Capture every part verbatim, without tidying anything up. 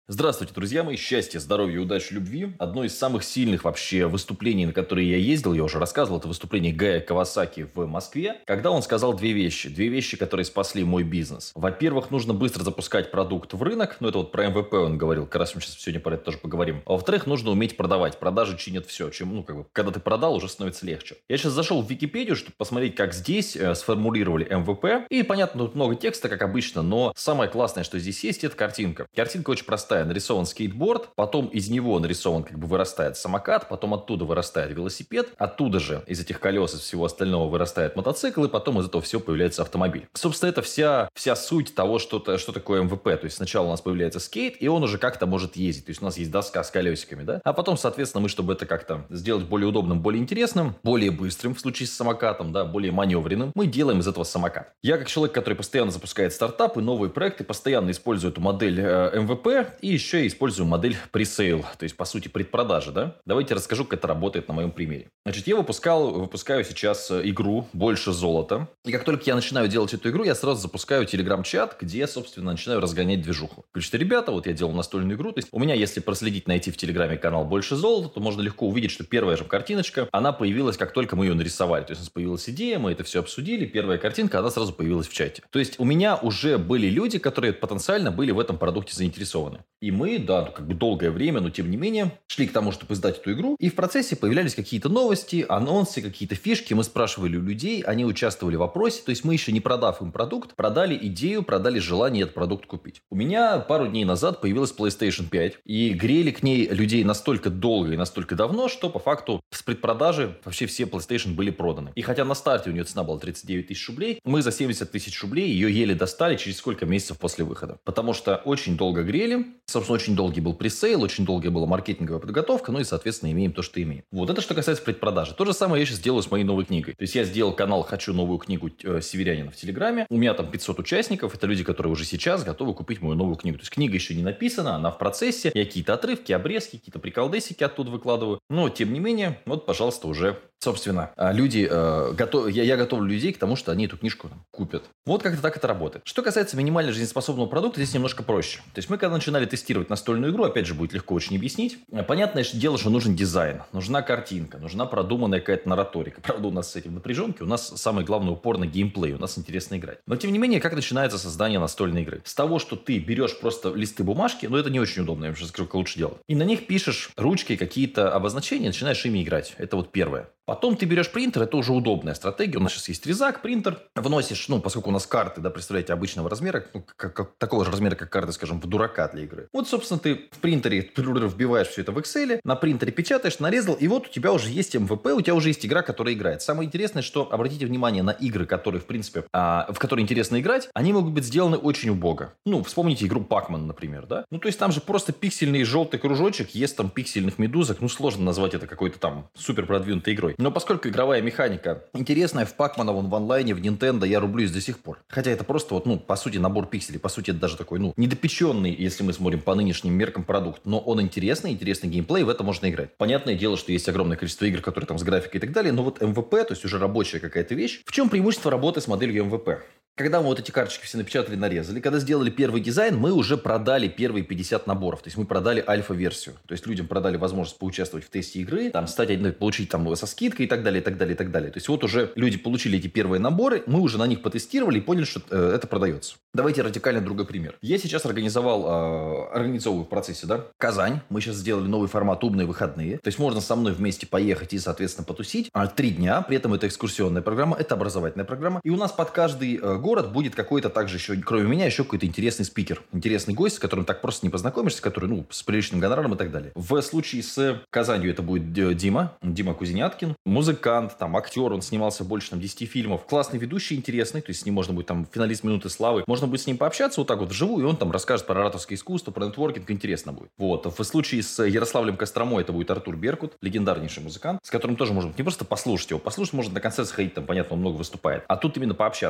Здравствуйте, друзья мои! Счастья, здоровья, удачи, любви. Одно из самых сильных вообще выступлений, на которые я ездил, я уже рассказывал, это выступление Гая Кавасаки в Москве, когда он сказал две вещи. Две вещи, которые спасли мой бизнес. Во-первых, нужно быстро запускать продукт в рынок. Ну, это вот про эм вэ пэ он говорил, как раз мы сейчас сегодня про это тоже поговорим. А во-вторых, нужно уметь продавать. Продажи чинят все. Чем, ну, как бы, когда ты продал, уже становится легче. Я сейчас зашел в Википедию, чтобы посмотреть, как здесь э, сформулировали эм вэ пэ. И, понятно, тут много текста, как обычно, но самое классное, что здесь есть, это картинка. Картинка очень простая. Нарисован скейтборд, потом из него нарисован, как бы вырастает самокат, потом оттуда вырастает велосипед, оттуда же из этих колес, из всего остального вырастает мотоцикл, и потом из этого всего появляется автомобиль. Собственно, это вся, вся суть того, что, -то, что такое эм вэ пэ. То есть сначала у нас появляется скейт, и он уже как-то может ездить. То есть у нас есть доска с колесиками, да? А потом, соответственно, мы, чтобы это как-то сделать более удобным, более интересным, более быстрым в случае с самокатом, да, более маневренным, мы делаем из этого самокат. Я, как человек, который постоянно запускает стартапы, новые проекты, постоянно использую эту модель э, эм вэ пэ и еще и использую модель пресейл, то есть, по сути, предпродажи, да? Давайте расскажу, как это работает на моем примере. Значит, я выпускал, выпускаю сейчас игру «Больше золота». И как только я начинаю делать эту игру, я сразу запускаю телеграм-чат, где, собственно, начинаю разгонять движуху. Говорю, что, ребята, вот я делал настольную игру. То есть, у меня, если проследить, найти в телеграме канал «Больше золота», то можно легко увидеть, что первая же картиночка, она появилась, как только мы ее нарисовали. То есть, у нас появилась идея, мы это все обсудили, первая картинка, она сразу появилась в чате. То есть, у меня уже были люди, которые потенциально были в этом продукте заинтересованы. И мы, да, как бы долгое время, но тем не менее, шли к тому, чтобы издать эту игру. И в процессе появлялись какие-то новости, анонсы, какие-то фишки. Мы спрашивали у людей, они участвовали в опросе. То есть мы еще не продав им продукт, продали идею, продали желание этот продукт купить. У меня пару дней назад появилась плейстейшн пять. И грели к ней людей настолько долго и настолько давно, что по факту с предпродажи вообще все PlayStation были проданы. И хотя на старте у нее цена была тридцать девять тысяч рублей, мы за семьдесят тысяч рублей ее еле достали через сколько месяцев после выхода. Потому что очень долго грели. Собственно, очень долгий был пресейл, очень долгая была маркетинговая подготовка, ну и, соответственно, имеем то, что имеем. Вот это что касается предпродажи. То же самое я сейчас делаю с моей новой книгой. То есть я сделал канал «Хочу новую книгу э, Северянина» в Телеграме. У меня там пятьсот участников. Это люди, которые уже сейчас готовы купить мою новую книгу. То есть книга еще не написана, она в процессе. Я какие-то отрывки, обрезки, какие-то приколдесики оттуда выкладываю. Но, тем не менее, вот, пожалуйста, уже... Собственно, люди, э, готов, я, я готовлю людей к тому, что они эту книжку там, купят. Вот как-то так это работает. Что касается минимально жизнеспособного продукта, здесь немножко проще. То есть мы, когда начинали тестировать настольную игру, опять же, будет легко очень объяснить. Понятное дело, что нужен дизайн, нужна картинка, нужна продуманная какая-то нараторика. Правда, у нас с этим напряженки, у нас самый главный упор на геймплей, у нас интересно играть. Но, тем не менее, как начинается создание настольной игры? С того, что ты берешь просто листы бумажки, но это не очень удобно, я вам сейчас скажу, как лучше делать. И на них пишешь ручкой какие-то обозначения, начинаешь ими играть. Это вот первое. Потом ты берешь принтер, это уже удобная стратегия. У нас сейчас есть резак, принтер. Вносишь, ну, поскольку у нас карты, да, представляете, обычного размера, ну, как, как, такого же размера, как карты, скажем, в дурака для игры. Вот, собственно, ты в принтере вбиваешь все это в Excel, на принтере печатаешь, нарезал, и вот у тебя уже есть эм вэ пэ, у тебя уже есть игра, которая играет. Самое интересное, что, обратите внимание на игры, которые, в принципе, а, в которые интересно играть, они могут быть сделаны очень убого. Ну, вспомните игру Pac-Man, например, да? Ну, то есть там же просто пиксельный желтый кружочек, есть там пиксельных медузок, ну, сложно назвать это какой-то там супер продвинутой игрой. Но поскольку игровая механика интересная, в Пакмана, вон в онлайне, в Nintendo я рублюсь до сих пор. Хотя это просто вот, ну, по сути, набор пикселей. По сути, это даже такой, ну, недопеченный, если мы смотрим по нынешним меркам, продукт. Но он интересный, интересный геймплей, в это можно играть. Понятное дело, что есть огромное количество игр, которые там с графикой и так далее, но вот эм вэ пэ, то есть уже рабочая какая-то вещь. В чем преимущество работы с моделью эм вэ пэ? Когда мы вот эти карточки все напечатали, нарезали, когда сделали первый дизайн, мы уже продали первые пятьдесят наборов. То есть мы продали альфа-версию. То есть людям продали возможность поучаствовать в тесте игры, там, стать, ну, получить там со скидкой и так далее, и так далее, и так далее. То есть вот уже люди получили эти первые наборы, мы уже на них потестировали и поняли, что э, это продается. Давайте радикально другой пример. Я сейчас организовал, э, организовываю в процессе, да, Казань. Мы сейчас сделали новый формат «Умные выходные». То есть можно со мной вместе поехать и, соответственно, потусить. А, три дня, при этом это экскурсионная программа, это образовательная программа. И у нас под каждый э, город будет какой-то также еще, кроме меня, еще какой-то интересный спикер. Интересный гость, с которым так просто не познакомишься, который, ну, с приличным гонораром и так далее. В случае с Казанью это будет Дима, Дима Кузеняткин. Музыкант, там, актер, он снимался больше, там, десяти фильмов. Классный ведущий, интересный, то есть с ним можно будет, там, финалист «Минуты славы». Можно будет с ним пообщаться вот так вот вживую, и он там расскажет про ораторское искусство, про нетворкинг, интересно будет. Вот. В случае с Ярославлем Костромой это будет Артур Беркут, легендарнейший музыкант, с которым тоже можно не просто послушать его, послушать можно на концерт сходить, там, понятно, он много выступает, а тут именно пообщаться.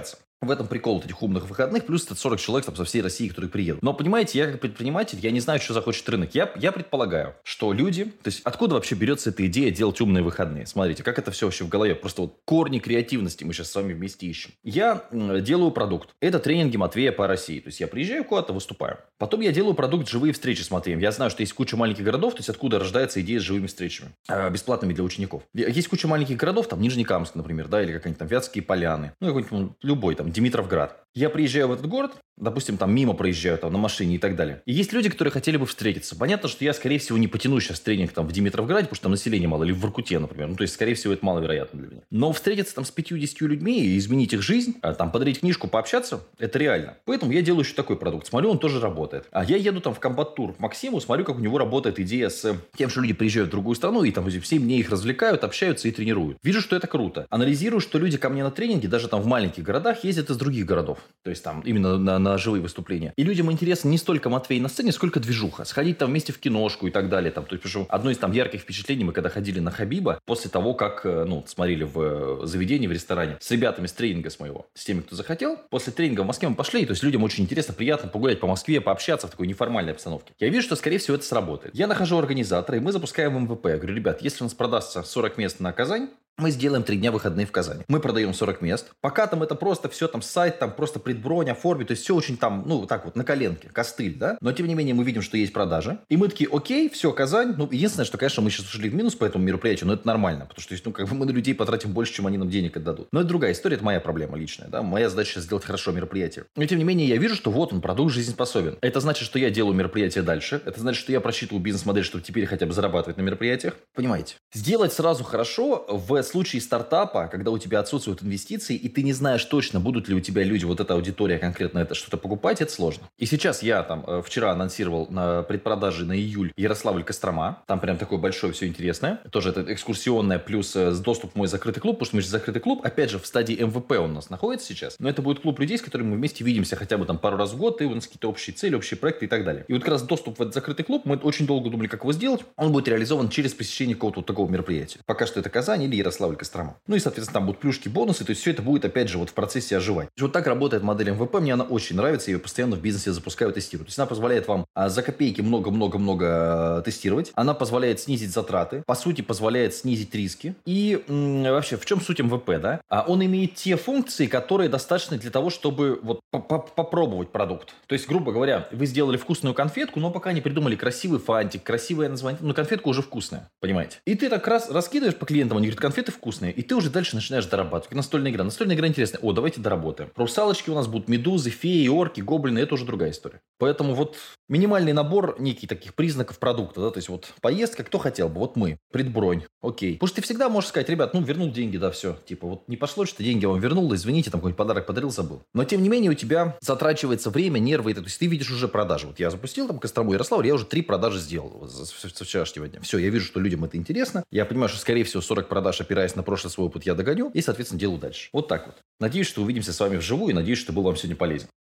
В этом прикол этих умных выходных, плюс это сорок человек там, со всей России, которые приедут. Но, понимаете, я как предприниматель, я не знаю, что захочет рынок. Я, я предполагаю, что люди... То есть, откуда вообще берется эта идея делать умные выходные? Смотрите, как это все вообще в голове. Просто вот корни креативности мы сейчас с вами вместе ищем. Я м, делаю продукт. Это тренинги Матвея по России. То есть, я приезжаю куда-то, выступаю. Потом я делаю продукт «Живые встречи» с Матвеем. Я знаю, что есть куча маленьких городов, то есть, откуда рождается идея с живыми встречами. Э, бесплатными для учеников. Есть куча маленьких городов, там, Нижнекамск, например, да, или какие-нибудь там Вятские Поляны. Ну, какой-нибудь ну, любой, там, Димитровград. Я приезжаю в этот город, допустим, там мимо проезжаю, там, на машине и так далее. И есть люди, которые хотели бы встретиться. Понятно, что я, скорее всего, не потяну сейчас тренинг там в Димитровграде, потому что там население мало, или в Воркуте, например. Ну, то есть, скорее всего, это маловероятно для меня. Но встретиться там с пятьюдесятью людьми и изменить их жизнь, а, там, подарить книжку, пообщаться, это реально. Поэтому я делаю еще такой продукт. Смотрю, он тоже работает. А я еду там в комбат-тур к Максиму, смотрю, как у него работает идея с тем, что люди приезжают в другую страну, и там все мне их развлекают, общаются и тренируют. Вижу, что это круто. Анализирую, что люди ко мне на тренинги, даже там в маленьких городах, ездят из других городов. То есть, там, именно на, на живые выступления. И людям интересно не столько Матвей на сцене, сколько движуха. Сходить там вместе в киношку и так далее. Там, то есть, потому что одно из там ярких впечатлений, мы когда ходили на Хабиба, после того, как, ну, смотрели в заведении, в ресторане, с ребятами с тренинга с моего, с теми, кто захотел, после тренинга в Москве мы пошли, то есть, людям очень интересно, приятно погулять по Москве, пообщаться в такой неформальной обстановке. Я вижу, что, скорее всего, это сработает. Я нахожу организатора, и мы запускаем эм вэ пэ. Я говорю, ребят, если у нас продастся сорок мест на Казань, мы сделаем три дня выходные в Казани. Мы продаем сорок мест. Пока там это просто все, там сайт, там просто предбронь, оформить. То есть все очень там, ну, так вот, на коленке, костыль, да. Но тем не менее мы видим, что есть продажи. И мы такие, окей, все, Казань. Ну, единственное, что, конечно, мы сейчас ушли в минус по этому мероприятию, но это нормально. Потому что, ну, как бы мы на людей потратим больше, чем они нам денег отдадут. Но это другая история, это моя проблема личная, да. Моя задача сейчас сделать хорошо мероприятие. Но тем не менее я вижу, что вот он, продукт жизнеспособен. Это значит, что я делаю мероприятие дальше. Это значит, что я просчитываю бизнес-модель, чтобы теперь хотя бы зарабатывать на мероприятиях. Понимаете? Сделать сразу хорошо в случае старта, когда у тебя отсутствуют инвестиции, и ты не знаешь точно, будут ли у тебя люди, вот эта аудитория конкретно это что-то покупать, это сложно. И сейчас я там вчера анонсировал на предпродаже на июль Ярославль-Кострома. Там прям такое большое все интересное. Тоже это экскурсионное, плюс доступ в мой закрытый клуб, потому что мы же закрытый клуб. Опять же, в стадии эм вэ пэ он у нас находится сейчас. Но это будет клуб людей, с которыми мы вместе видимся хотя бы там пару раз в год, и у нас какие-то общие цели, общие проекты и так далее. И вот как раз доступ в этот закрытый клуб, мы очень долго думали, как его сделать. Он будет реализован через посещение какого-то вот такого мероприятия. Пока что это Казань или Ярославль-Кострома. Ну и, соответственно, там будут плюшки, бонусы, то есть все это будет, опять же, вот в процессе оживать. Вот так работает модель эм вэ пэ, мне она очень нравится, я ее постоянно в бизнесе запускаю, тестирую. То есть она позволяет вам а, за копейки много-много-много а, тестировать, она позволяет снизить затраты, по сути, позволяет снизить риски. И м- вообще, в чем суть эм вэ пэ, да? А он имеет те функции, которые достаточны для того, чтобы вот попробовать продукт. То есть, грубо говоря, вы сделали вкусную конфетку, но пока не придумали красивый фантик, красивое название, но конфетка уже вкусная, понимаете? И ты так раз раскидываешь по клиентам, они говорят, конфеты вкусные, и ты уже дальше начинаешь дорабатывать. Как настольная игра. Настольная игра интересная. О, давайте доработаем. Про русалочки у нас будут медузы, феи, орки, гоблины. Это уже другая история. Поэтому вот минимальный набор неких таких признаков продукта. Да? То есть вот поездка, кто хотел бы. Вот мы. Предбронь. Окей. Потому что ты всегда можешь сказать, ребят, ну вернул деньги, да, все. Типа вот не пошло, что деньги я вам вернул, извините, там какой-нибудь подарок подарил, забыл. Но тем не менее у тебя затрачивается время, нервы. То есть ты видишь уже продажи. Вот я запустил там Кострому и Ярославль, я уже три продажи сделал со вчерашнего дня. Все, я вижу, что людям это интересно. Я понимаю, что скорее всего сорок продаж, опираясь на прошлый свой опыт, я догоню. И, соответственно, делаю дальше. Вот так вот. Надеюсь, что увидимся с вами вживую и надеюсь, что был вам сегодня полезен.